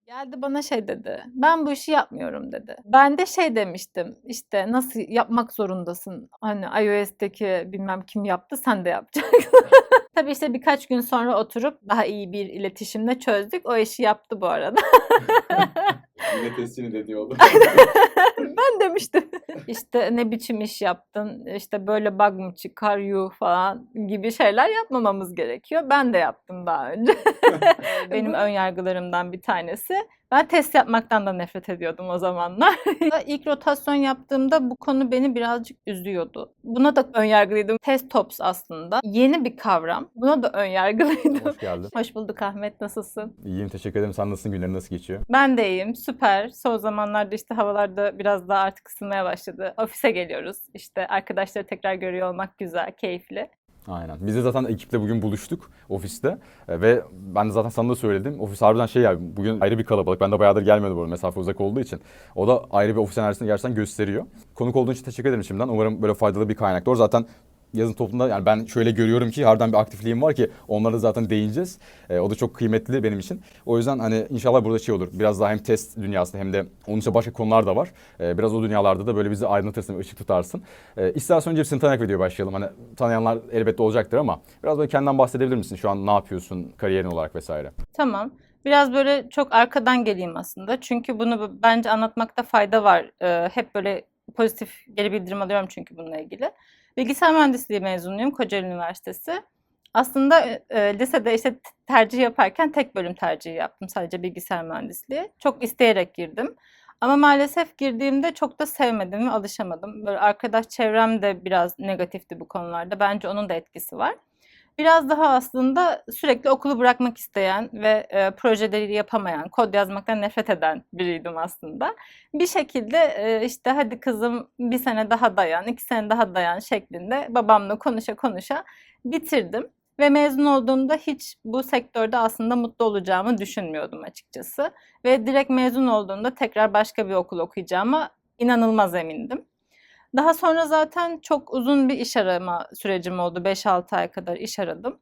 Geldi bana şey dedi, ben bu işi yapmıyorum dedi. Ben de şey demiştim, işte nasıl yapmak zorundasın? Hani iOS'teki bilmem kim yaptı, sen de yapacaksın. Tabii işte birkaç gün sonra oturup daha iyi bir iletişimle çözdük. O işi yaptı bu arada. Yine testini dediği oldu. Ben demiştim. İşte ne biçim iş yaptın, işte böyle bug mı çıkar yuh falan gibi şeyler yapmamamız gerekiyor. Ben de yaptım daha önce. Benim ön yargılarımdan bir tanesi. Ben test yapmaktan da nefret ediyordum o zamanlar. İlk rotasyon yaptığımda bu konu beni birazcık üzüyordu. Buna da ön yargılıydım. Test tops aslında yeni bir kavram. Buna da ön yargılıydım. Hoş geldin. Hoş bulduk Ahmet, nasılsın? İyiyim, teşekkür ederim. Sen nasılsın? Günlerin nasıl geçiyor? Ben de iyiyim, süper. Son zamanlarda işte havalar da biraz daha artık ısınmaya başladı. Ofise geliyoruz. İşte arkadaşları tekrar görüyor olmak güzel, keyifli. Aynen. Biz de zaten ekiple bugün buluştuk ofiste. Ve ben de zaten sana da söyledim. Ofis harbiden şey ya, bugün ayrı bir kalabalık. Ben de bayağıdır gelmiyordum, bu arada mesafe uzak olduğu için. O da ayrı bir ofis enerjisini gerçekten gösteriyor. Konuk olduğun için teşekkür ederim şimdiden. Umarım böyle faydalı bir kaynak. Doğru, zaten yazın toplumda yani ben şöyle görüyorum ki harbiden bir aktifliğim var ki onlara da zaten değineceğiz. O da çok kıymetli benim için. O yüzden hani inşallah burada şey olur. Biraz daha hem test dünyasında hem de onun için başka konular da var. Biraz o dünyalarda da böyle bizi aydınlatırsın, ışık tutarsın. İstersen önce seni tanıyarak video başlayalım. Hani tanıyanlar elbette olacaktır ama biraz böyle kendinden bahsedebilir misin? Şu an ne yapıyorsun kariyerin olarak vesaire? Tamam. Biraz böyle çok arkadan geleyim aslında. Çünkü bunu bence anlatmakta fayda var. Hep böyle pozitif geri bildirim alıyorum çünkü bununla ilgili. Bilgisayar mühendisliği mezunuyum Kocaeli Üniversitesi. Aslında lisede işte tercih yaparken tek bölüm tercihi yaptım. Sadece bilgisayar mühendisliği. Çok isteyerek girdim. Ama maalesef girdiğimde çok da sevmedim ve alışamadım. Böyle arkadaş çevrem de biraz negatifti bu konularda. Bence onun da etkisi var. Biraz daha aslında sürekli okulu bırakmak isteyen ve projeleri yapamayan, kod yazmaktan nefret eden biriydim aslında. Bir şekilde işte hadi kızım bir sene daha dayan, 2 sene daha dayan şeklinde babamla konuşa konuşa bitirdim. Ve mezun olduğumda hiç bu sektörde aslında mutlu olacağımı düşünmüyordum açıkçası. Ve direkt mezun olduğumda tekrar başka bir okul okuyacağıma inanılmaz emindim. Daha sonra zaten çok uzun bir iş arama sürecim oldu. 5-6 ay kadar iş aradım.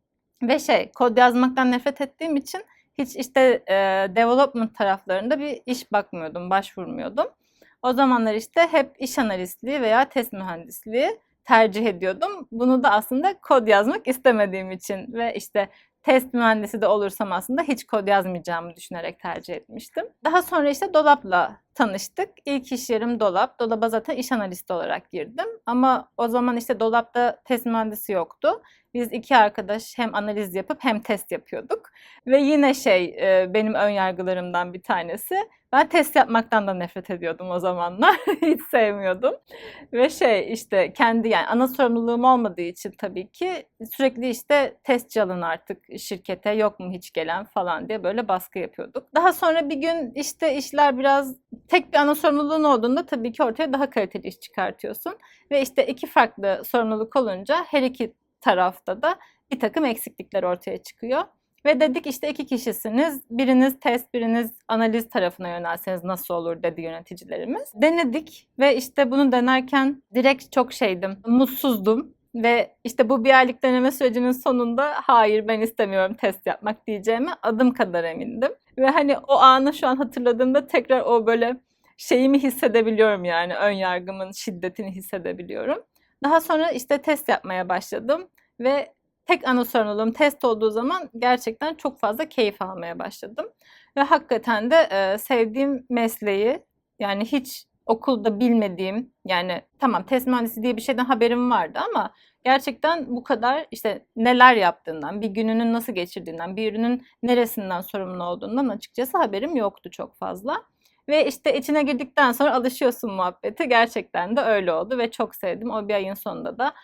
Ve kod yazmaktan nefret ettiğim için hiç işte development taraflarında bir iş bakmıyordum, başvurmuyordum. O zamanlar işte hep iş analistliği veya test mühendisliği tercih ediyordum. Bunu da aslında kod yazmak istemediğim için ve işte test mühendisi de olursam aslında hiç kod yazmayacağımı düşünerek tercih etmiştim. Daha sonra işte Dolap'la tanıştık. İlk iş yerim Dolap. Dolap'a zaten iş analisti olarak girdim. Ama o zaman işte Dolap'ta test mühendisi yoktu. Biz iki arkadaş hem analiz yapıp hem test yapıyorduk. Ve yine benim ön yargılarımdan bir tanesi. Ben test yapmaktan da nefret ediyordum o zamanlar. Hiç sevmiyordum. Ve işte kendi yani ana sorumluluğum olmadığı için tabii ki sürekli işte testçi alın artık şirkete, yok mu hiç gelen falan diye böyle baskı yapıyorduk. Daha sonra bir gün işte işler biraz tek bir ana sorumluluğun olduğunda tabii ki ortaya daha kaliteli iş çıkartıyorsun. Ve işte iki farklı sorumluluk olunca her iki tarafta da bir takım eksiklikler ortaya çıkıyor. Ve dedik işte 2 kişisiniz, biriniz test, biriniz analiz tarafına yönelseniz nasıl olur dedi yöneticilerimiz. Denedik ve işte bunu denerken direkt çok mutsuzdum. Ve işte bu bir aylık deneme sürecinin sonunda hayır ben istemiyorum test yapmak diyeceğime adım kadar emindim. Ve hani o anı şu an hatırladığımda tekrar o böyle şeyimi hissedebiliyorum, yani ön yargımın şiddetini hissedebiliyorum. Daha sonra işte test yapmaya başladım ve tek ana sorumluluğum test olduğu zaman gerçekten çok fazla keyif almaya başladım. Ve hakikaten de sevdiğim mesleği, yani hiç okulda bilmediğim, yani tamam test mühendisi diye bir şeyden haberim vardı ama gerçekten bu kadar işte neler yaptığından, bir gününün nasıl geçirdiğinden, bir ürünün neresinden sorumlu olduğundan açıkçası haberim yoktu çok fazla. Ve işte içine girdikten sonra alışıyorsun muhabbeti. Gerçekten de öyle oldu ve çok sevdim. O bir ayın sonunda da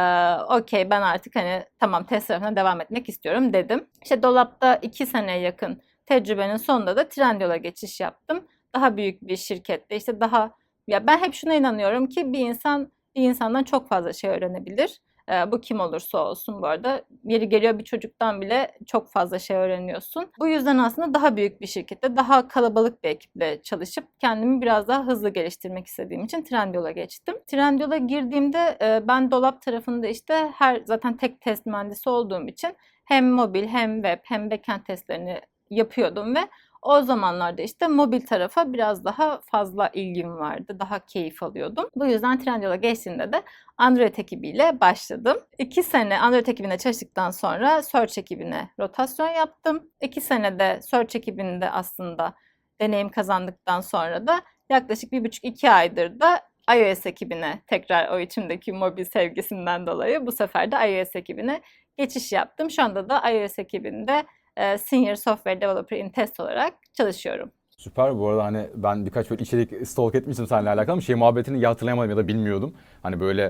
okey ben artık hani tamam test tarafına devam etmek istiyorum dedim. İşte Dolap'ta 2 seneye yakın tecrübenin sonunda da Trendyol'a geçiş yaptım. Daha büyük bir şirkette işte ya ben hep şuna inanıyorum ki bir insandan çok fazla şey öğrenebilir. Bu kim olursa olsun bu arada. Yeri geliyor bir çocuktan bile çok fazla şey öğreniyorsun. Bu yüzden aslında daha büyük bir şirkette, daha kalabalık bir ekiple çalışıp kendimi biraz daha hızlı geliştirmek istediğim için Trendyol'a geçtim. Trendyol'a girdiğimde ben Dolap tarafında işte zaten tek test mühendisi olduğum için hem mobil hem web hem backend testlerini yapıyordum ve o zamanlarda işte mobil tarafa biraz daha fazla ilgim vardı. Daha keyif alıyordum. Bu yüzden Trendyol'a geçtiğimde de Android ekibiyle başladım. 2 sene Android ekibine çalıştıktan sonra Search ekibine rotasyon yaptım. 2 senede Search ekibinde aslında deneyim kazandıktan sonra da yaklaşık 1,5-2 aydır da iOS ekibine tekrar o içimdeki mobil sevgisinden dolayı bu sefer de iOS ekibine geçiş yaptım. Şu anda da iOS ekibinde Senior Software Developer in Test olarak çalışıyorum. Süper. Bu arada hani ben birkaç böyle içerik stalk etmiştim seninle alakalı ama şey muhabbetini ya hatırlayamadım ya da bilmiyordum. Hani böyle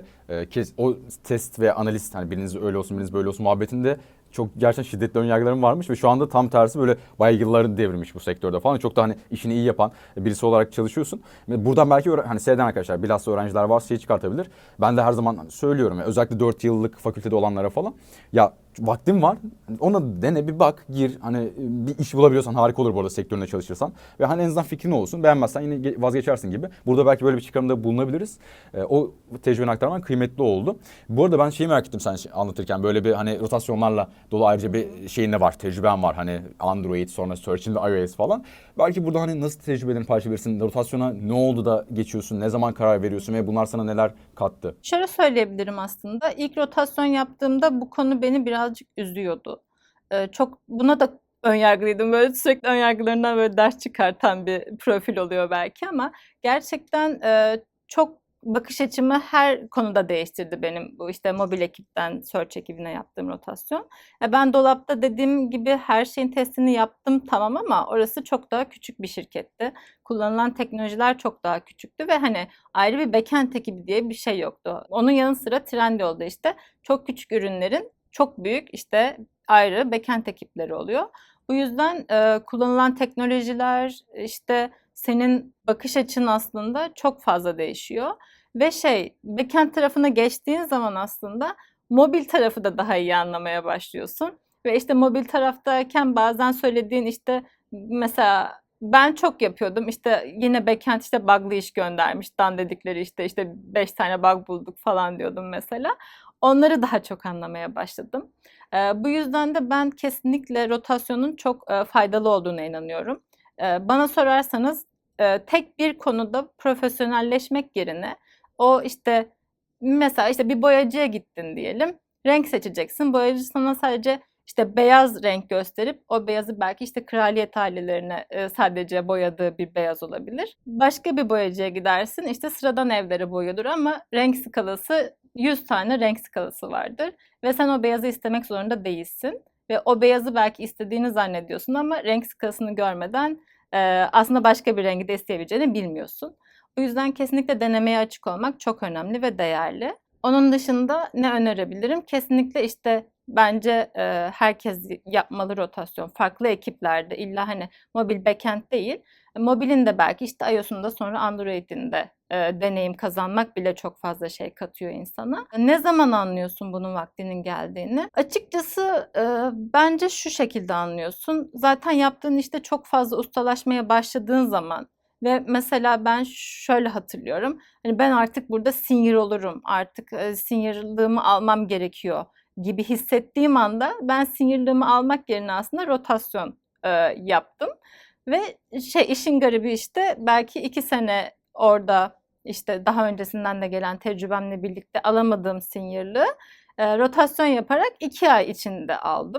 o test ve analist hani biriniz öyle olsun biriniz böyle olsun muhabbetinde çok gerçekten şiddetli önyargılarım varmış ve şu anda tam tersi böyle bayağı yıllarını devirmiş bu sektörde falan. Çok da hani işini iyi yapan birisi olarak çalışıyorsun. Buradan belki hani seyreden arkadaşlar bilhassa öğrenciler varsa şey çıkartabilir. Ben de her zaman hani söylüyorum ya özellikle 4 yıllık fakültede olanlara falan. Ya vaktin var. Ona dene bir bak, gir. Hani bir iş bulabiliyorsan harika olur bu arada sektöründe çalışırsan. Ve hani en azından fikrin olsun. Beğenmezsen yine vazgeçersin gibi. Burada belki böyle bir çıkarımda bulunabiliriz. O tecrübeni aktarman kıymetli oldu. Bu arada ben şeyi merak ettim sen anlatırken. Böyle bir hani rotasyonlarla dolu ayrıca bir şeyin de var. Tecrüben var. Hani Android sonra Search'in ve iOS falan. Belki burada hani nasıl tecrübelerini paylaşabilirsin? Rotasyona ne oldu da geçiyorsun? Ne zaman karar veriyorsun? Ve bunlar sana neler kattı? Şöyle söyleyebilirim aslında. İlk rotasyon yaptığımda bu konu beni birazcık üzüyordu. Çok buna da önyargılıydım. Böyle sürekli önyargılarından böyle ders çıkartan bir profil oluyor belki ama gerçekten çok bakış açımı her konuda değiştirdi benim bu işte mobil ekipten Search ekibine yaptığım rotasyon. Ben dolapta dediğim gibi her şeyin testini yaptım tamam ama orası çok daha küçük bir şirketti. Kullanılan teknolojiler çok daha küçüktü ve hani ayrı bir backend ekibi diye bir şey yoktu. Onun yanı sıra Trendyol'da işte çok küçük ürünlerin çok büyük işte ayrı backend ekipleri oluyor. Bu yüzden kullanılan teknolojiler işte senin bakış açın aslında çok fazla değişiyor. Ve backend tarafına geçtiğin zaman aslında mobil tarafı da daha iyi anlamaya başlıyorsun. Ve işte mobil taraftayken bazen söylediğin işte mesela ben çok yapıyordum. İşte yine backend işte bug'lı iş göndermiş. Dan dedikleri işte 5 tane bug bulduk falan diyordum mesela. Onları daha çok anlamaya başladım. Bu yüzden de ben kesinlikle rotasyonun çok faydalı olduğuna inanıyorum. Bana sorarsanız tek bir konuda profesyonelleşmek yerine o işte mesela işte bir boyacıya gittin diyelim. Renk seçeceksin. Boyacı sana sadece işte beyaz renk gösterip o beyazı belki işte kraliyet ailelerine sadece boyadığı bir beyaz olabilir. Başka bir boyacıya gidersin işte sıradan evlere boyuyordur ama renk skalası 100 tane renk skalası vardır ve sen o beyazı istemek zorunda değilsin. Ve o beyazı belki istediğini zannediyorsun ama renk skalasını görmeden aslında başka bir rengi de isteyebileceğini bilmiyorsun. O yüzden kesinlikle denemeye açık olmak çok önemli ve değerli. Onun dışında ne önerebilirim? Kesinlikle işte bence herkes yapmalı rotasyon. Farklı ekiplerde illa hani mobil backend değil. Mobilin de belki işte iOS'un da sonra Android'in de deneyim kazanmak bile çok fazla şey katıyor insana. Ne zaman anlıyorsun bunun vaktinin geldiğini? Açıkçası bence şu şekilde anlıyorsun. Zaten yaptığın işte çok fazla ustalaşmaya başladığın zaman ve mesela ben şöyle hatırlıyorum. Hani ben artık burada senior olurum. Artık seniorlığımı almam gerekiyor gibi hissettiğim anda ben seniorlığımı almak yerine aslında rotasyon yaptım. Ve işin garibi işte belki 2 sene orada işte daha öncesinden de gelen tecrübemle birlikte alamadığım seniorlığı rotasyon yaparak 2 ay içinde aldım.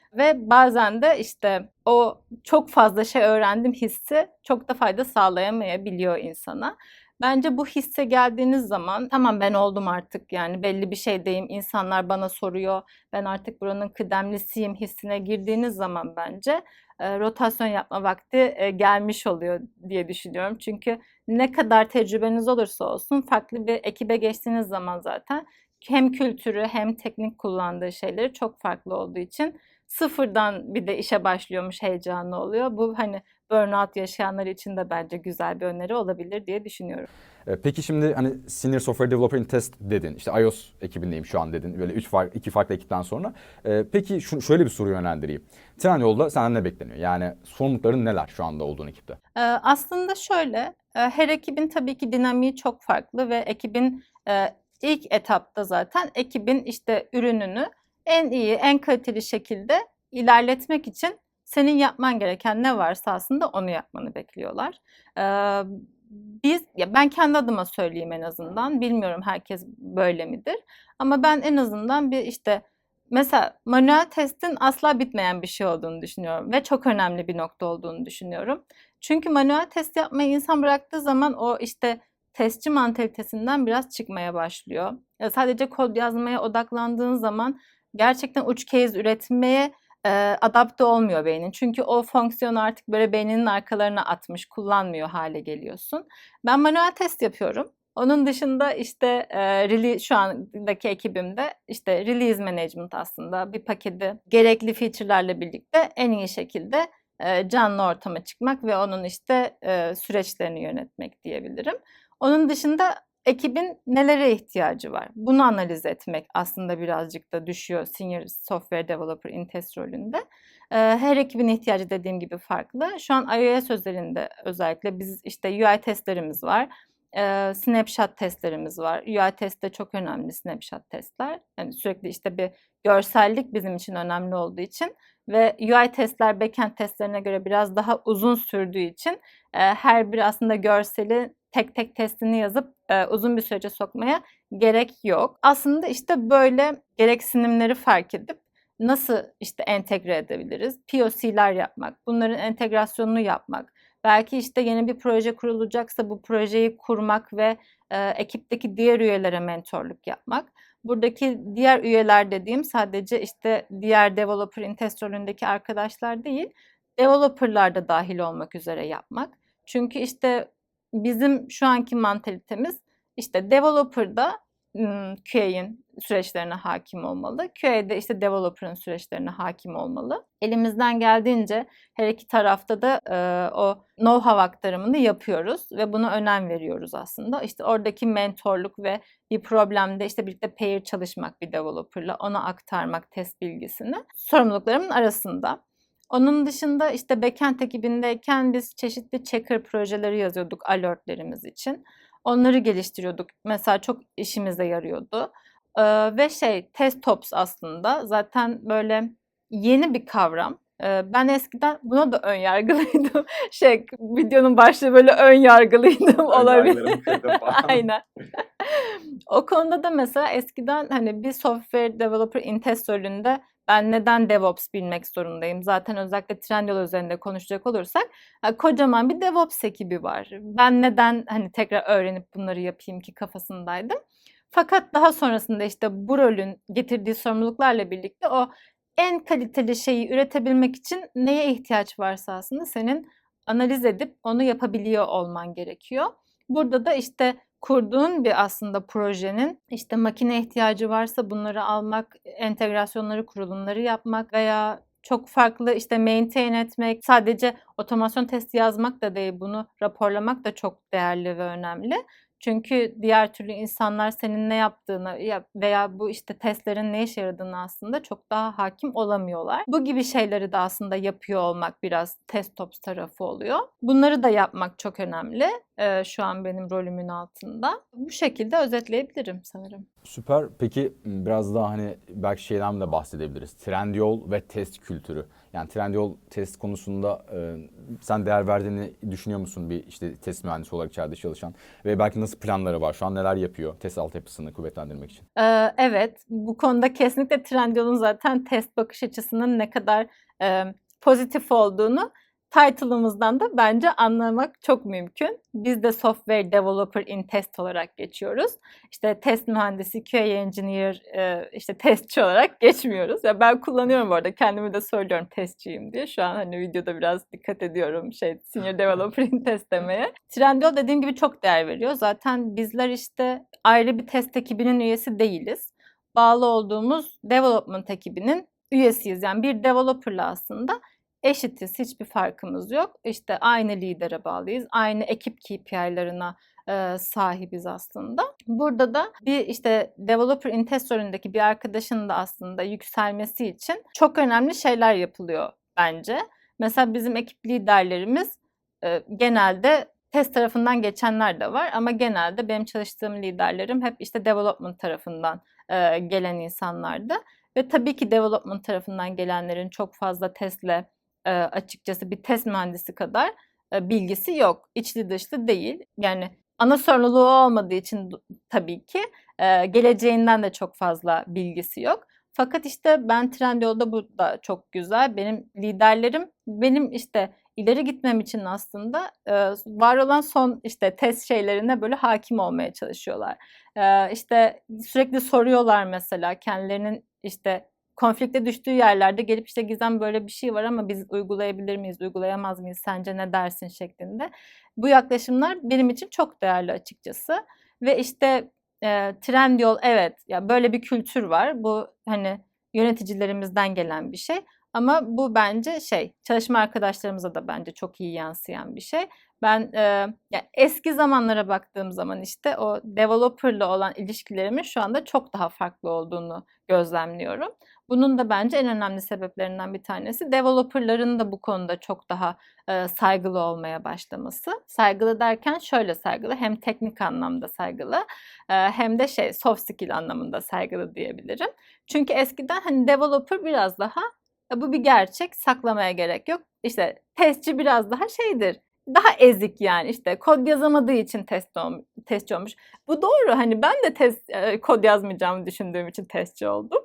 Ve bazen de işte o çok fazla şey öğrendim hissi çok da fayda sağlayamayabiliyor insana. Bence bu hisse geldiğiniz zaman tamam ben oldum artık yani belli bir şeydeyim insanlar bana soruyor ben artık buranın kıdemlisiyim hissine girdiğiniz zaman bence rotasyon yapma vakti gelmiş oluyor diye düşünüyorum. Çünkü ne kadar tecrübeniz olursa olsun farklı bir ekibe geçtiğiniz zaman zaten hem kültürü hem teknik kullandığı şeyleri çok farklı olduğu için sıfırdan bir de işe başlıyormuş heyecanı oluyor. Bu hani burnout yaşayanlar için de bence güzel bir öneri olabilir diye düşünüyorum. Peki şimdi hani Senior Software Developer in Test dedin. İşte iOS ekibindeyim şu an dedin. Böyle 2 farklı ekipten sonra. Peki şöyle bir soru yönlendireyim. Trendyol'da senden ne bekleniyor? Yani sorumlulukların neler şu anda olduğun ekipte? Aslında şöyle her ekibin tabii ki dinamiği çok farklı ve ekibin ilk etapta zaten ekibin işte ürününü en iyi, en kaliteli şekilde ilerletmek için Senin yapman gereken ne varsa aslında onu yapmanı bekliyorlar. Ben kendi adıma söyleyeyim en azından. Bilmiyorum herkes böyle midir. Ama ben en azından mesela manuel testin asla bitmeyen bir şey olduğunu düşünüyorum ve çok önemli bir nokta olduğunu düşünüyorum. Çünkü manuel test yapmayı insan bıraktığı zaman o testçi mantalitesinden biraz çıkmaya başlıyor. Sadece kod yazmaya odaklandığın zaman gerçekten uç case üretmeye adapte olmuyor beynin. Çünkü o fonksiyonu artık böyle beyninin arkalarına atmış, kullanmıyor hale geliyorsun. Ben manuel test yapıyorum. Onun dışında şu andaki ekibimde release management aslında bir paketi gerekli feature'larla birlikte en iyi şekilde canlı ortama çıkmak ve onun süreçlerini yönetmek diyebilirim. Onun dışında ekibin nelere ihtiyacı var? Bunu analiz etmek aslında birazcık da düşüyor Senior Software Developer in Test rolünde. Her ekibin ihtiyacı dediğim gibi farklı. Şu an iOS özelinde özellikle biz UI testlerimiz var. Snapshot testlerimiz var. UI test de çok önemli snapshot testler. Yani sürekli bir görsellik bizim için önemli olduğu için ve UI testler backend testlerine göre biraz daha uzun sürdüğü için her bir aslında görseli tek tek testini yazıp uzun bir sürece sokmaya gerek yok. Aslında böyle gereksinimleri fark edip nasıl entegre edebiliriz? POC'ler yapmak, bunların entegrasyonunu yapmak. Belki yeni bir proje kurulacaksa bu projeyi kurmak ve ekipteki diğer üyelere mentorluk yapmak. Buradaki diğer üyeler dediğim sadece diğer developer in test rolündeki arkadaşlar değil, developerlar da dahil olmak üzere yapmak. Çünkü bizim şu anki mantalitemiz developer'da QA'in süreçlerine hakim olmalı. QA'de developer'ın süreçlerine hakim olmalı. Elimizden geldiğince her iki tarafta da o know-how aktarımını yapıyoruz ve buna önem veriyoruz aslında. Oradaki mentorluk ve bir problemde birlikte pair çalışmak bir developer'la, ona aktarmak test bilgisini sorumluluklarımın arasında. Onun dışında backend ekibindeyken biz çeşitli checker projeleri yazıyorduk alertlerimiz için. Onları geliştiriyorduk. Mesela çok işimize yarıyordu. Ve test tops aslında zaten böyle yeni bir kavram. Ben eskiden buna da ön yargılıydım. Videonun başlığı böyle ön yargılıydım olabilir. Aynen. O konuda da mesela eskiden bir software developer in test rolünde ben neden DevOps bilmek zorundayım? Zaten özellikle Trendyol üzerinde konuşacak olursak kocaman bir DevOps ekibi var. Ben neden tekrar öğrenip bunları yapayım ki kafasındaydım. Fakat daha sonrasında bu rolün getirdiği sorumluluklarla birlikte o en kaliteli şeyi üretebilmek için neye ihtiyaç varsa aslında senin analiz edip onu yapabiliyor olman gerekiyor. Burada da kurduğun bir aslında projenin makine ihtiyacı varsa bunları almak, entegrasyonları, kurulumları yapmak veya çok farklı maintain etmek, sadece otomasyon testi yazmak da değil, bunu raporlamak da çok değerli ve önemli. Çünkü diğer türlü insanlar senin ne yaptığını veya bu testlerin ne işe yaradığını aslında çok daha hakim olamıyorlar. Bu gibi şeyleri de aslında yapıyor olmak biraz test tops tarafı oluyor. Bunları da yapmak çok önemli. Şu an benim rolümün altında. Bu şekilde özetleyebilirim sanırım. Süper. Peki biraz daha belki şeyden de bahsedebiliriz. Trendyol ve test kültürü. Yani Trendyol test konusunda sen değer verdiğini düşünüyor musun bir test mühendisi olarak içeride çalışan? Ve belki nasıl planları var? Şu an neler yapıyor test altyapısını kuvvetlendirmek için? Evet. Bu konuda kesinlikle Trendyol'un zaten test bakış açısının ne kadar pozitif olduğunu title'ımızdan da bence anlamak çok mümkün. Biz de Software Developer in Test olarak geçiyoruz. Test mühendisi, QA Engineer, testçi olarak geçmiyoruz. Ya ben kullanıyorum bu arada. Kendimi de söylüyorum testçiyim diye. Şu an videoda biraz dikkat ediyorum Senior Developer in Test demeye. Trendyol dediğim gibi çok değer veriyor. Zaten bizler ayrı bir test ekibinin üyesi değiliz. Bağlı olduğumuz development ekibinin üyesiyiz. Yani bir developer'la aslında eşitiz, hiçbir farkımız yok. Aynı lidere bağlıyız, aynı ekip KPI'larına sahibiz aslında. Burada da bir developer in test rolündeki bir arkadaşın da aslında yükselmesi için çok önemli şeyler yapılıyor bence. Mesela bizim ekip liderlerimiz genelde test tarafından geçenler de var ama genelde benim çalıştığım liderlerim hep development tarafından gelen insanlardı. Ve tabii ki development tarafından gelenlerin çok fazla testle açıkçası bir test mühendisi kadar bilgisi yok. İçli dışlı değil. Yani ana sorumluluğu olmadığı için tabii ki geleceğinden de çok fazla bilgisi yok. Fakat işte ben Trendyol'da bu da çok güzel. Benim liderlerim benim işte ileri gitmem için aslında var olan son işte test şeylerine böyle hakim olmaya çalışıyorlar. İşte sürekli soruyorlar mesela kendilerinin işte konflikte düştüğü yerlerde gelip işte Gizem böyle bir şey var ama biz uygulayabilir miyiz, uygulayamaz mıyız, sence ne dersin şeklinde. Bu yaklaşımlar benim için çok değerli açıkçası. Ve işte Trendyol evet ya böyle bir kültür var. Bu hani yöneticilerimizden gelen bir şey. Ama bu bence çalışma arkadaşlarımıza da bence çok iyi yansıyan bir şey. Ben ya eski zamanlara baktığım zaman işte o developer'la olan ilişkilerimin şu anda çok daha farklı olduğunu gözlemliyorum. Bunun da bence en önemli sebeplerinden bir tanesi developer'ların da bu konuda çok daha saygılı olmaya başlaması. Saygılı derken şöyle saygılı, hem teknik anlamda saygılı hem de soft skill anlamında saygılı diyebilirim. Çünkü eskiden hani developer biraz daha bu bir gerçek, saklamaya gerek yok. İşte testçi biraz daha daha ezik yani işte kod yazamadığı için testçi olmuş. Bu doğru, hani ben de kod yazmayacağımı düşündüğüm için testçi oldum.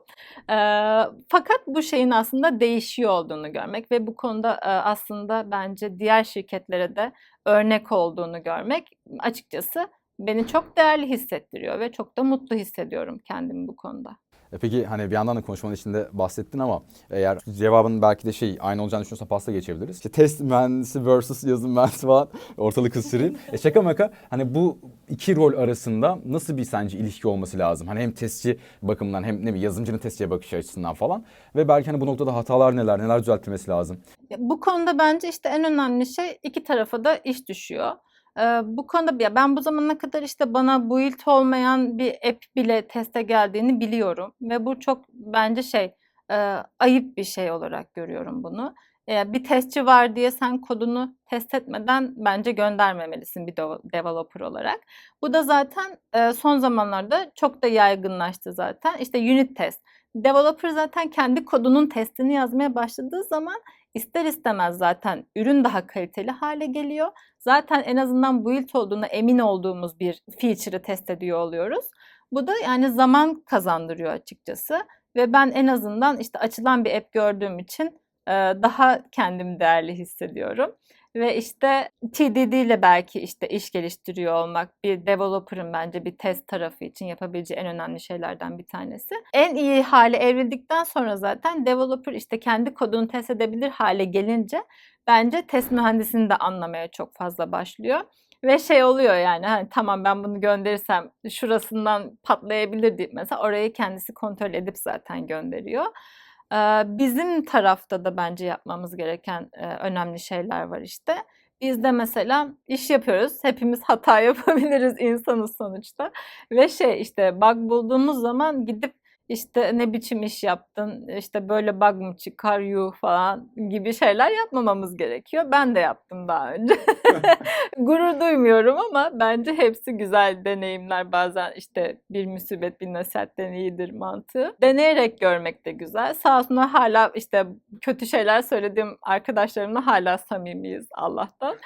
Fakat bu şeyin aslında değişiyor olduğunu görmek ve bu konuda aslında bence diğer şirketlere de örnek olduğunu görmek açıkçası beni çok değerli hissettiriyor ve çok da mutlu hissediyorum kendimi bu konuda. Peki hani bir yandan da konuşmanın içinde bahsettin ama eğer cevabın belki de aynı olacağını düşünüyorsan pasta geçebiliriz. İşte test mühendisi versus yazılım mühendisi falan ortalık kısırayım. Şaka maka hani bu iki rol arasında nasıl bir sence ilişki olması lazım? Hani hem testçi bakımından hem ne bileyim yazılımcının testçiye bakış açısından falan ve belki hani bu noktada hatalar neler düzeltilmesi lazım? Bu konuda bence işte en önemli şey iki tarafa da iş düşüyor. Bu konuda ben bu zamana kadar işte bana build olmayan bir app bile teste geldiğini biliyorum ve bu çok bence ayıp bir şey olarak görüyorum bunu. Bir testçi var diye sen kodunu test etmeden bence göndermemelisin bir developer olarak. Bu da zaten son zamanlarda çok da yaygınlaştı zaten. İşte unit test. Developer zaten kendi kodunun testini yazmaya başladığı zaman ister istemez zaten ürün daha kaliteli hale geliyor. Zaten en azından build olduğuna emin olduğumuz bir feature'ı test ediyor oluyoruz. Bu da yani zaman kazandırıyor açıkçası. Ve ben en azından işte açılan bir app gördüğüm için daha kendimi değerli hissediyorum. Ve işte TDD ile belki işte iş geliştiriyor olmak bir developer'ın bence bir test tarafı için yapabileceği en önemli şeylerden bir tanesi. En iyi hale evrildikten sonra zaten developer işte kendi kodunu test edebilir hale gelince bence test mühendisini de anlamaya çok fazla başlıyor. Ve oluyor yani hani tamam ben bunu gönderirsem şurasından patlayabilir deyip mesela orayı kendisi kontrol edip zaten gönderiyor. Bizim tarafta da bence yapmamız gereken önemli şeyler var işte. Biz de mesela iş yapıyoruz. Hepimiz hata yapabiliriz, insanız sonuçta. Ve işte bug bulduğumuz zaman gidip işte ne biçim iş yaptın, işte böyle bug mı çıkar yuh falan gibi şeyler yapmamamız gerekiyor. Ben de yaptım daha önce. Gurur duymuyorum ama bence hepsi güzel deneyimler. Bazen işte bir musibet bir nasihatten iyidir mantığı. Deneyerek görmek de güzel. Sağ olsunlar hala işte kötü şeyler söylediğim arkadaşlarımla hala samimiyiz Allah'tan.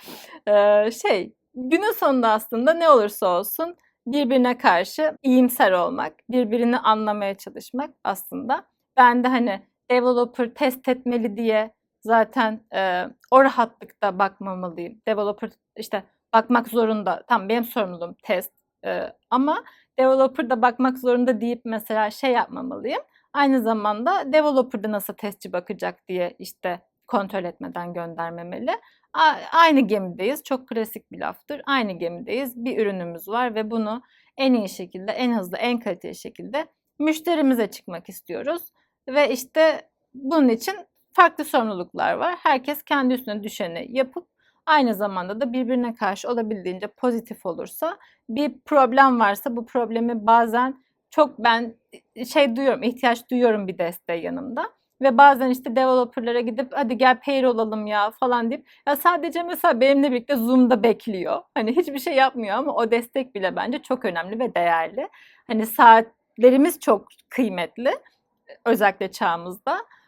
Günün sonunda aslında ne olursa olsun birbirine karşı iyimser olmak, birbirini anlamaya çalışmak aslında. Ben de hani developer test etmeli diye zaten o rahatlıkta bakmamalıyım. Developer işte bakmak zorunda. Tamam benim sorumluluğum test ama developer da bakmak zorunda deyip mesela yapmamalıyım. Aynı zamanda developer da nasıl testçi bakacak diye işte kontrol etmeden göndermemeli. Aynı gemideyiz. Çok klasik bir laftır. Aynı gemideyiz. Bir ürünümüz var ve bunu en iyi şekilde, en hızlı, en kaliteli şekilde müşterimize çıkmak istiyoruz. Ve işte bunun için farklı sorumluluklar var. Herkes kendi üstüne düşeni yapıp aynı zamanda da birbirine karşı olabildiğince pozitif olursa, bir problem varsa bu problemi bazen çok ben duyuyorum, ihtiyaç duyuyorum bir desteğe yanımda. Ve bazen işte developerlara gidip hadi gel payroll olalım ya falan deyip ya sadece mesela benimle birlikte Zoom'da bekliyor. Hani hiçbir şey yapmıyor ama o destek bile bence çok önemli ve değerli. Hani saatlerimiz çok kıymetli özellikle çağımızda.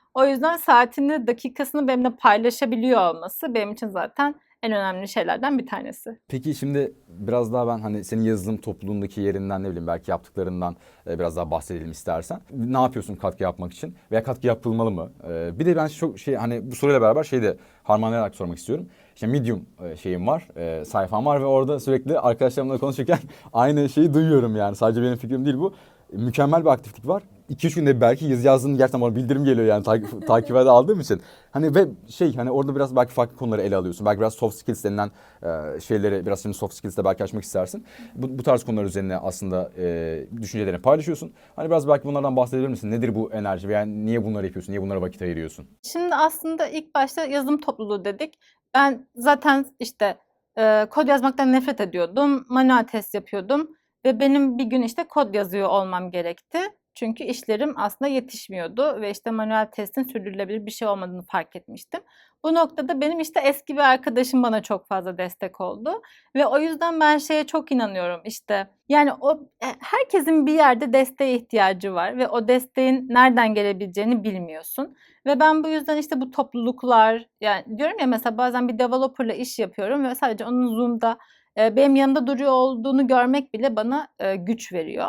O yüzden saatini, dakikasını benimle paylaşabiliyor olması benim için zaten en önemli şeylerden bir tanesi. Peki şimdi biraz daha ben hani senin yazılım topluluğundaki yerinden ne bileyim belki yaptıklarından biraz daha bahsedelim istersen. Ne yapıyorsun katkı yapmak için veya katkı yapılmalı mı? Bir de ben çok hani bu soruyla beraber de harmanlayarak sormak istiyorum. İşte Medium şeyim var, sayfam var ve orada sürekli arkadaşlarımla konuşurken aynı şeyi duyuyorum yani. Sadece benim fikrim değil bu. Mükemmel bir aktiflik var. 2-3 günde belki yazı yazdığını gerçekten bana bildirim geliyor yani takibe de aldığım için. Hani ve hani orada biraz belki farklı konuları ele alıyorsun. Belki biraz soft skills denilen şeyleri biraz şimdi soft skills'te belki açmak istersin. Bu tarz konular üzerine aslında düşüncelerini paylaşıyorsun. Hani biraz belki bunlardan bahsedebilir misin? Nedir bu enerji veya niye bunları yapıyorsun? Niye bunlara vakit ayırıyorsun? Şimdi aslında ilk başta yazılım topluluğu dedik. Ben zaten işte kod yazmaktan nefret ediyordum. Manuel test yapıyordum. Ve benim bir gün işte kod yazıyor olmam gerekti. Çünkü işlerim aslında yetişmiyordu ve işte manuel testin sürdürülebilir bir şey olmadığını fark etmiştim. Bu noktada benim işte eski bir arkadaşım bana çok fazla destek oldu ve o yüzden ben şeye çok inanıyorum işte. Yani herkesin bir yerde desteğe ihtiyacı var ve o desteğin nereden gelebileceğini bilmiyorsun. Ve ben bu yüzden işte bu topluluklar, yani diyorum ya mesela bazen bir developer'la iş yapıyorum ve sadece onun Zoom'da benim yanımda duruyor olduğunu görmek bile bana güç veriyor.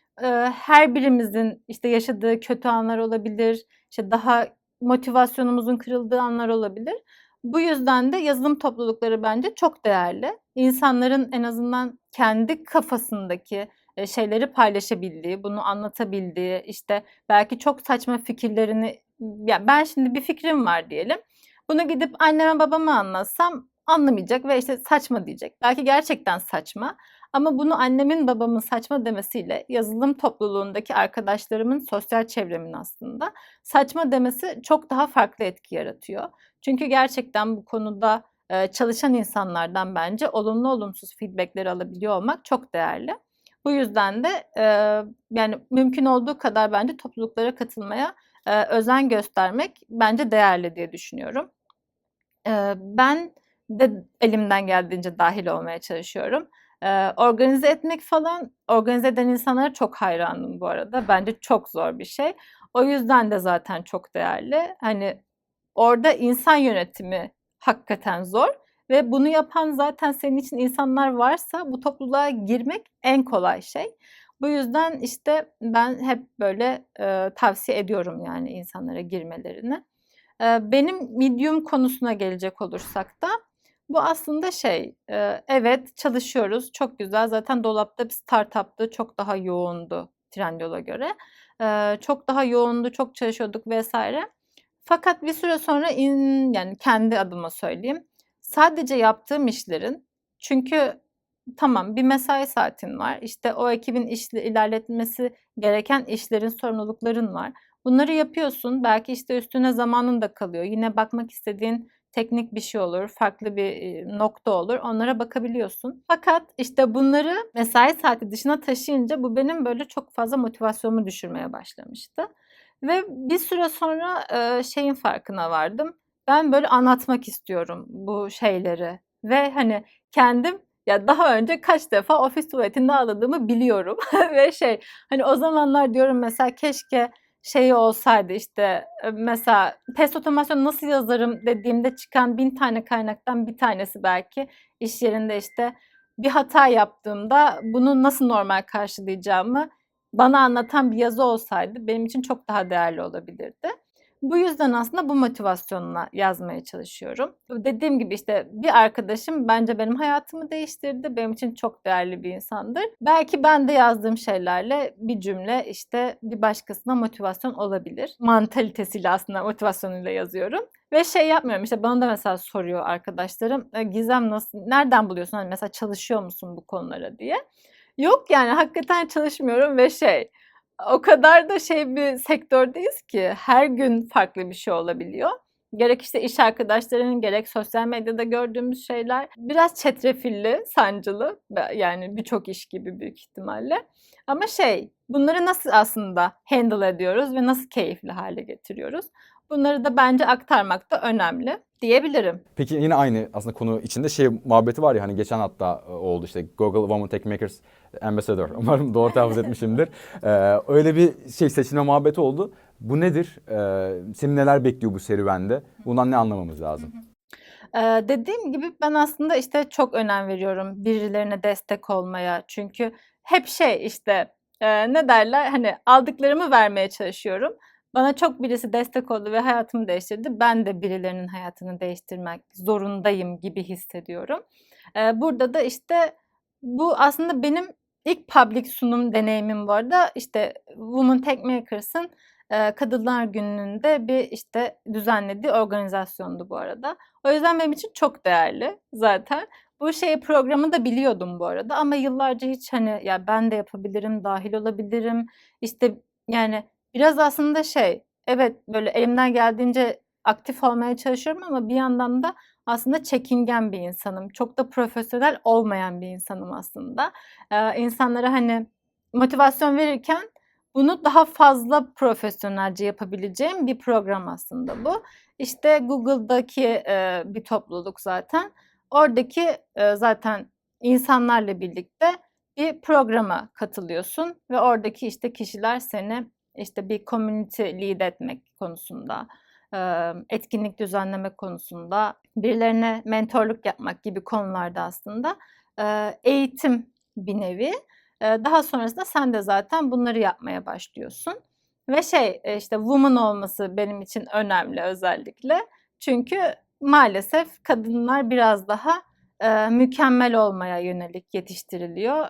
Her birimizin işte yaşadığı kötü anlar olabilir, işte daha motivasyonumuzun kırıldığı anlar olabilir. Bu yüzden de yazılım toplulukları bence çok değerli. İnsanların en azından kendi kafasındaki şeyleri paylaşabildiği, bunu anlatabildiği, işte belki çok saçma fikirlerini, ya ben şimdi bir fikrim var diyelim. Bunu gidip anneme babama anlatsam anlamayacak ve işte saçma diyecek. Belki gerçekten saçma. Ama bunu annemin babamın saçma demesiyle yazılım topluluğundaki arkadaşlarımın, sosyal çevremin aslında saçma demesi çok daha farklı etki yaratıyor. Çünkü gerçekten bu konuda çalışan insanlardan bence olumlu olumsuz feedbackleri alabiliyor olmak çok değerli. Bu yüzden de yani mümkün olduğu kadar bence topluluklara katılmaya özen göstermek bence değerli diye düşünüyorum. Ben de elimden geldiğince dahil olmaya çalışıyorum. Organize etmek falan, organize eden insanlara çok hayranım bu arada. Bence çok zor bir şey. O yüzden de zaten çok değerli. Hani orada insan yönetimi hakikaten zor ve bunu yapan zaten senin için insanlar varsa bu topluluğa girmek en kolay şey. Bu yüzden işte ben hep böyle tavsiye ediyorum yani insanlara girmelerini. Benim Medium konusuna gelecek olursak da bu aslında evet çalışıyoruz, çok güzel. Zaten Dolap'ta bir startup'tı, çok daha yoğundu Trendyol'a göre. Çok daha yoğundu, çok çalışıyorduk vesaire. Fakat bir süre sonra yani kendi adıma söyleyeyim, sadece yaptığım işlerin, çünkü tamam bir mesai saatin var, işte o ekibin ilerletmesi gereken işlerin, sorumlulukların var. Bunları yapıyorsun. Belki işte üstüne zamanın da kalıyor. Yine bakmak istediğin teknik bir şey olur, farklı bir nokta olur. Onlara bakabiliyorsun. Fakat işte bunları mesai saati dışına taşıyınca bu benim böyle çok fazla motivasyonumu düşürmeye başlamıştı. Ve bir süre sonra şeyin farkına vardım. Ben böyle anlatmak istiyorum bu şeyleri. Ve hani kendim ya daha önce kaç defa ofis tuvaletinde ağladığımı biliyorum. Ve hani o zamanlar diyorum mesela keşke olsaydı işte mesela test otomasyonu nasıl yazarım dediğimde çıkan 1000 tane kaynaktan bir tanesi belki iş yerinde işte bir hata yaptığımda bunu nasıl normal karşılayacağımı bana anlatan bir yazı olsaydı benim için çok daha değerli olabilirdi. Bu yüzden aslında bu motivasyonla yazmaya çalışıyorum. Dediğim gibi işte bir arkadaşım bence benim hayatımı değiştirdi. Benim için çok değerli bir insandır. Belki ben de yazdığım şeylerle bir cümle işte bir başkasına motivasyon olabilir. Mantalitesiyle aslında motivasyonuyla yazıyorum. Ve yapmıyorum işte bana da mesela soruyor arkadaşlarım. Gizem nereden buluyorsun? Hani mesela çalışıyor musun bu konulara diye. Yok yani hakikaten çalışmıyorum ve o kadar da bir sektördeyiz ki her gün farklı bir şey olabiliyor. Gerek işte iş arkadaşlarının gerek sosyal medyada gördüğümüz şeyler biraz çetrefilli, sancılı yani birçok iş gibi büyük ihtimalle. Ama bunları nasıl aslında handle ediyoruz ve nasıl keyifli hale getiriyoruz? Bunları da bence aktarmak da önemli diyebilirim. Peki yine aynı aslında konu içinde muhabbeti var ya hani geçen hatta oldu işte Google Women Tech Makers Ambassador. Umarım doğru telaffuz etmişimdir. Öyle bir seçilme muhabbeti oldu. Bu nedir? Seni neler bekliyor bu serüvende? Bundan ne anlamamız lazım? Dediğim gibi ben aslında işte çok önem veriyorum birilerine destek olmaya. Çünkü hep işte ne derler hani aldıklarımı vermeye çalışıyorum. Bana çok birisi destek oldu ve hayatımı değiştirdi. Ben de birilerinin hayatını değiştirmek zorundayım gibi hissediyorum. Burada da işte bu aslında benim ilk public sunum deneyimim bu arada. İşte Women Tech Makers'ın Kadınlar Günü'nde bir işte düzenlediği organizasyondu bu arada. O yüzden benim için çok değerli zaten. Bu programı da biliyordum bu arada ama yıllarca hiç hani ya ben de yapabilirim, dahil olabilirim. İşte yani biraz aslında evet böyle elimden geldiğince aktif olmaya çalışıyorum ama bir yandan da aslında çekingen bir insanım. Çok da profesyonel olmayan bir insanım aslında. İnsanlara hani motivasyon verirken bunu daha fazla profesyonelce yapabileceğim bir program aslında bu. İşte Google'daki bir topluluk zaten. Oradaki zaten insanlarla birlikte bir programa katılıyorsun ve oradaki işte kişiler seni işte bir community lead etmek konusunda, etkinlik düzenlemek konusunda, birilerine mentorluk yapmak gibi konularda aslında eğitim bir nevi. Daha sonrasında sen de zaten bunları yapmaya başlıyorsun. Ve işte woman olması benim için önemli özellikle. Çünkü maalesef kadınlar biraz daha mükemmel olmaya yönelik yetiştiriliyor.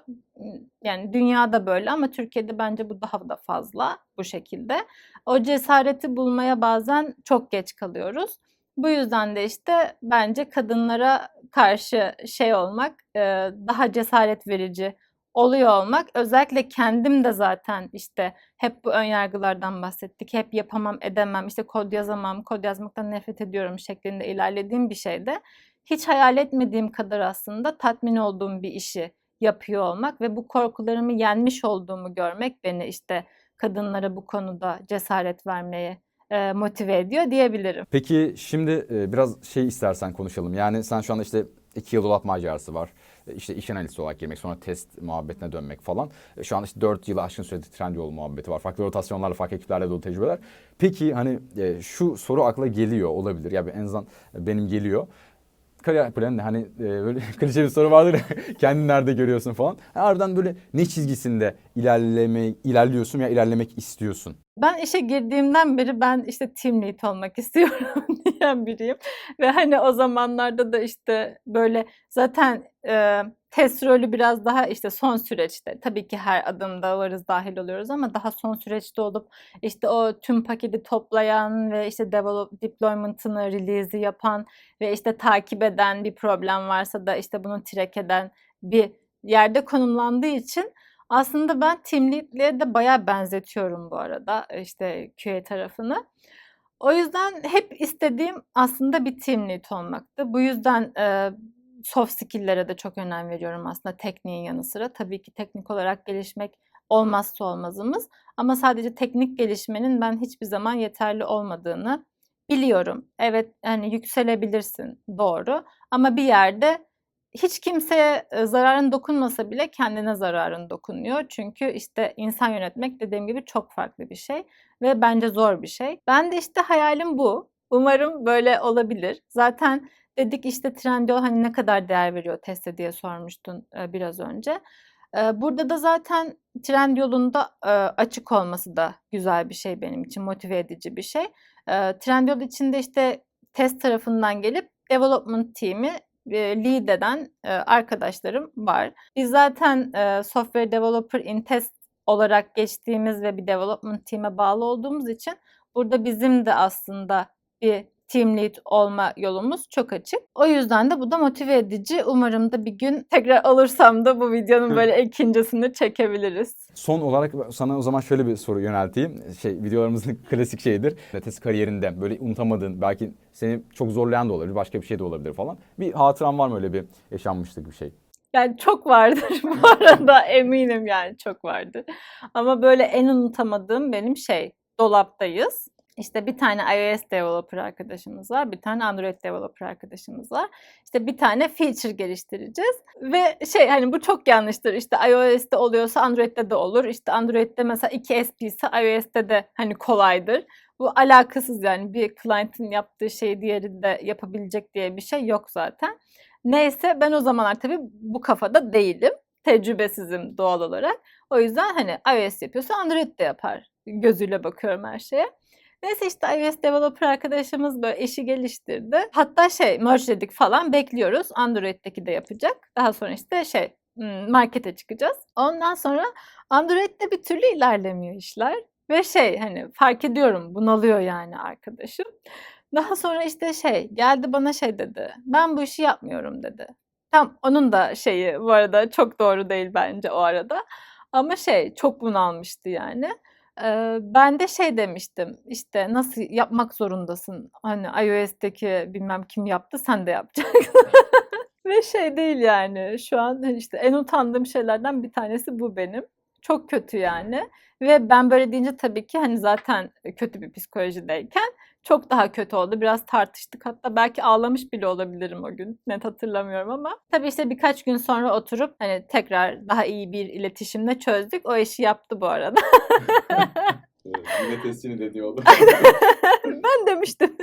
Yani dünyada böyle ama Türkiye'de bence bu daha da fazla bu şekilde. O cesareti bulmaya bazen çok geç kalıyoruz. Bu yüzden de işte bence kadınlara karşı olmak, daha cesaret verici oluyor olmak. Özellikle kendim de zaten işte hep bu önyargılardan bahsettik. Hep yapamam, edemem, işte kod yazamam, kod yazmaktan nefret ediyorum şeklinde ilerlediğim bir şeyde hiç hayal etmediğim kadar aslında tatmin olduğum bir işi yapıyor olmak ve bu korkularımı yenmiş olduğumu görmek beni işte kadınlara bu konuda cesaret vermeye motive ediyor diyebilirim. Peki şimdi biraz istersen konuşalım. Yani sen şu anda işte 2 yıl dolap macerası var. İşte iş analisti olarak girmek, sonra test muhabbetine dönmek falan. Şu an işte 4 yılı aşkın süredir Trendyol muhabbeti var. Farklı rotasyonlarla, farklı ekiplerle dolu tecrübeler. Peki hani şu soru akla geliyor olabilir. Ya en azından benim geliyor. Kariyer planı ne? Hani böyle klişe bir soru vardır ya, kendini nerede görüyorsun falan. Harbiden böyle ne çizgisinde ilerliyorsun ya ilerlemek istiyorsun? Ben işe girdiğimden beri ben işte team lead olmak istiyorum diyen biriyim. Ve hani o zamanlarda da işte böyle zaten test rolü biraz daha işte son süreçte. Tabii ki her adımda varız, dahil oluyoruz ama daha son süreçte olup işte o tüm paketi toplayan ve işte deployment'ını, release'i yapan ve işte takip eden, bir problem varsa da işte bunu track eden bir yerde konumlandığı için aslında ben team lead'liğe de bayağı benzetiyorum bu arada işte QA tarafını. O yüzden hep istediğim aslında bir team lead olmaktı. Bu yüzden soft skill'lere de çok önem veriyorum aslında tekniğin yanı sıra. Tabii ki teknik olarak gelişmek olmazsa olmazımız ama sadece teknik gelişmenin ben hiçbir zaman yeterli olmadığını biliyorum. Evet, hani yükselebilirsin, doğru, ama bir yerde hiç kimseye zararın dokunmasa bile kendine zararın dokunuyor. Çünkü işte insan yönetmek dediğim gibi çok farklı bir şey ve bence zor bir şey. Ben de işte hayalim bu. Umarım böyle olabilir. Zaten dedik işte Trendyol hani ne kadar değer veriyor teste diye sormuştun biraz önce. Burada da zaten Trendyol'un da açık olması da güzel bir şey benim için, motive edici bir şey. Trendyol içinde işte test tarafından gelip development team'i lead eden arkadaşlarım var. Biz zaten software developer in test olarak geçtiğimiz ve bir development team'e bağlı olduğumuz için burada bizim de aslında bir team lead olma yolumuz çok açık. O yüzden de bu da motive edici. Umarım da bir gün tekrar olursam da bu videonun böyle ikincisini çekebiliriz. Son olarak sana o zaman şöyle bir soru yönelteyim. Videolarımızın klasik şeyidir. Test kariyerinde böyle unutamadığın, belki seni çok zorlayan da olabilir, başka bir şey de olabilir falan. Bir hatıran var mı, öyle bir yaşanmışlık bir şey? Yani çok vardır bu arada, eminim yani çok vardır. Ama böyle en unutamadığım benim dolaptayız. İşte bir tane iOS developer arkadaşımız var, bir tane Android developer arkadaşımız var. İşte bir tane feature geliştireceğiz ve hani bu çok yanlıştır. İşte iOS'te oluyorsa Android'de de olur. İşte Android'de mesela 2SP ise iOS'te de hani kolaydır. Bu alakasız yani bir client'ın yaptığı şeyi diğeri de yapabilecek diye bir şey yok zaten. Neyse ben o zamanlar tabii bu kafada değilim. Tecrübesizim doğal olarak. O yüzden hani iOS yapıyorsa Android de yapar gözüyle bakıyorum her şeye. Neyse işte iOS developer arkadaşımız böyle işi geliştirdi. Hatta merge'ledik falan bekliyoruz. Android'deki de yapacak. Daha sonra işte markete çıkacağız. Ondan sonra Android'de bir türlü ilerlemiyor işler. Ve hani fark ediyorum bunalıyor yani arkadaşım. Daha sonra işte geldi bana dedi. Ben bu işi yapmıyorum dedi. Tam onun da bu arada çok doğru değil bence o arada. Ama çok bunalmıştı yani. Ben de demiştim, işte nasıl yapmak zorundasın? Hani iOS'teki bilmem kim yaptı, sen de yapacaksın. Ve değil yani. Şu an işte en utandığım şeylerden bir tanesi bu benim. Çok kötü yani. Ve ben böyle deyince tabii ki hani zaten kötü bir psikolojideyken çok daha kötü oldu. Biraz tartıştık. Hatta belki ağlamış bile olabilirim o gün. Net hatırlamıyorum ama. Tabii işte birkaç gün sonra oturup hani tekrar daha iyi bir iletişimle çözdük. O işi yaptı bu arada. Evet, yine testini dediği oldu. Ben demiştim.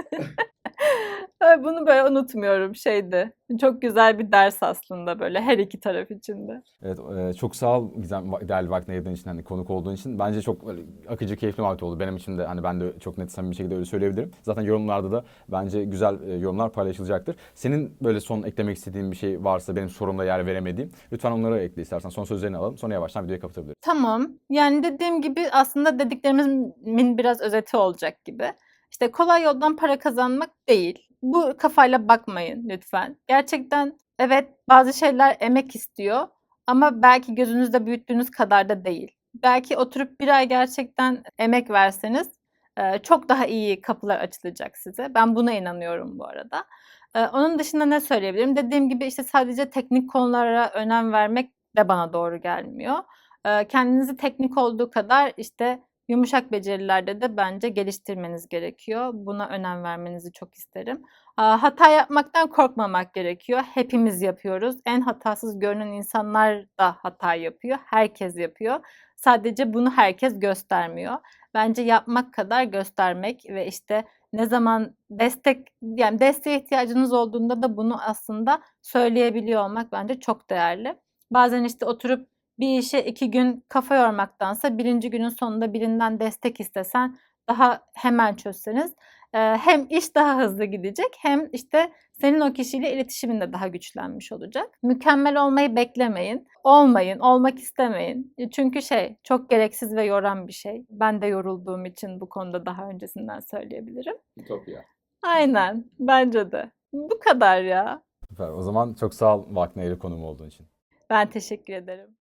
Bunu böyle unutmuyorum Çok güzel bir ders aslında böyle her iki taraf için de. Evet, çok sağ ol Gizem, değerli vaktini ayırdığın için, hani konuk olduğun için. Bence çok böyle akıcı, keyifli muhabbet oldu. Benim için de hani ben de çok net, samimi bir şekilde öyle söyleyebilirim. Zaten yorumlarda da bence güzel yorumlar paylaşılacaktır. Senin böyle son eklemek istediğin bir şey varsa, benim sorumda yer veremediğim, lütfen onları ekle istersen. Son sözlerini alalım. Sonra yavaştan videoyu kapatabiliriz. Tamam. Yani dediğim gibi aslında dediklerimin biraz özeti olacak gibi. İşte kolay yoldan para kazanmak değil. Bu kafayla bakmayın lütfen. Gerçekten evet bazı şeyler emek istiyor ama belki gözünüzde büyüttüğünüz kadar da değil. Belki oturup bir ay gerçekten emek verseniz çok daha iyi kapılar açılacak size. Ben buna inanıyorum bu arada. Onun dışında ne söyleyebilirim? Dediğim gibi işte sadece teknik konulara önem vermek de bana doğru gelmiyor. Kendinizi teknik olduğu kadar işte yumuşak becerilerde de bence geliştirmeniz gerekiyor. Buna önem vermenizi çok isterim. Hata yapmaktan korkmamak gerekiyor. Hepimiz yapıyoruz. En hatasız görünen insanlar da hata yapıyor. Herkes yapıyor. Sadece bunu herkes göstermiyor. Bence yapmak kadar göstermek ve işte ne zaman desteğe ihtiyacınız olduğunda da bunu aslında söyleyebiliyor olmak bence çok değerli. Bazen işte oturup bir işe 2 gün kafa yormaktansa birinci günün sonunda birinden destek istesen daha hemen çözseniz hem iş daha hızlı gidecek hem işte senin o kişiyle iletişimin de daha güçlenmiş olacak. Mükemmel olmayı beklemeyin. Olmayın, olmak istemeyin. Çünkü çok gereksiz ve yoran bir şey. Ben de yorulduğum için bu konuda daha öncesinden söyleyebilirim. Ütopya. Aynen, bence de. Bu kadar ya. Süper. O zaman çok sağ ol vaktini ayırıp konuğum olduğun için. Ben teşekkür ederim.